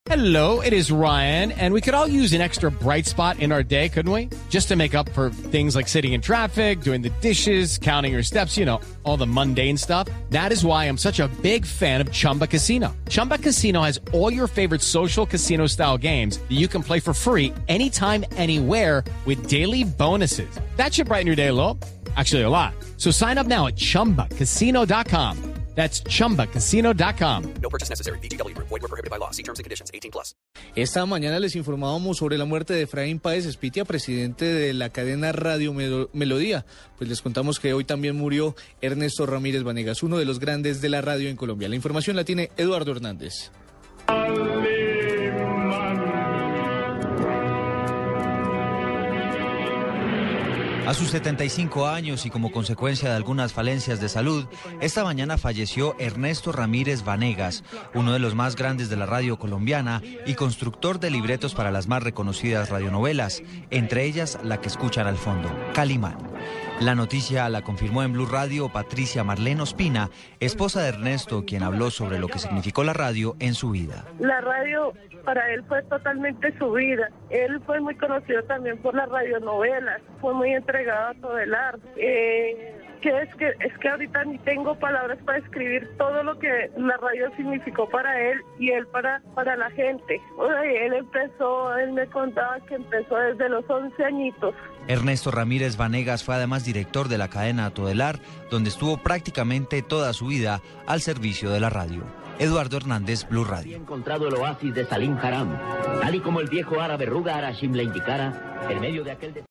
Hello, it is Ryan, and we could all use an extra bright spot in our day, couldn't we? Just to make up for things like sitting in traffic, doing the dishes, counting your steps, you know, all the mundane stuff. That is why I'm such a big fan of Chumba Casino. Chumba Casino has all your favorite social casino-style games that you can play for free anytime, anywhere with daily bonuses. That should brighten your day a little. Actually, a lot. So sign up now at ChumbaCasino.com. That's ChumbaCasino.com. No purchase necessary. VGW Group. Void where prohibited by law. See terms and conditions. 18+. Esta mañana les informábamos sobre la muerte de Efraín Páez Espitia, presidente de la cadena Radio Melodía. Pues les contamos que hoy también murió Ernesto Ramírez Vanegas, uno de los grandes de la radio en Colombia. La información la tiene Eduardo Hernández. A sus 75 años y como consecuencia de algunas falencias de salud, esta mañana falleció Ernesto Ramírez Vanegas, uno de los más grandes de la radio colombiana y constructor de libretos para las más reconocidas radionovelas, entre ellas la que escuchan al fondo, Calimán. La noticia la confirmó en Blue Radio Patricia Marlene Ospina, esposa de Ernesto, quien habló sobre lo que significó la radio en su vida. La radio para él fue totalmente su vida. Él fue muy conocido también por las radionovelas, fue muy entregado a todo el arte. Es que ahorita ni tengo palabras para describir todo lo que la radio significó para él y él para la gente. Él me contaba que empezó desde los 11 añitos. Ernesto Ramírez Vanegas fue además director de la cadena Todelar, donde estuvo prácticamente toda su vida al servicio de la radio. Eduardo Hernández, Blue Radio. He encontrado el oasis de Salim Haram, tal y como el viejo árabe Ruga Arashim le indicara, en medio de aquel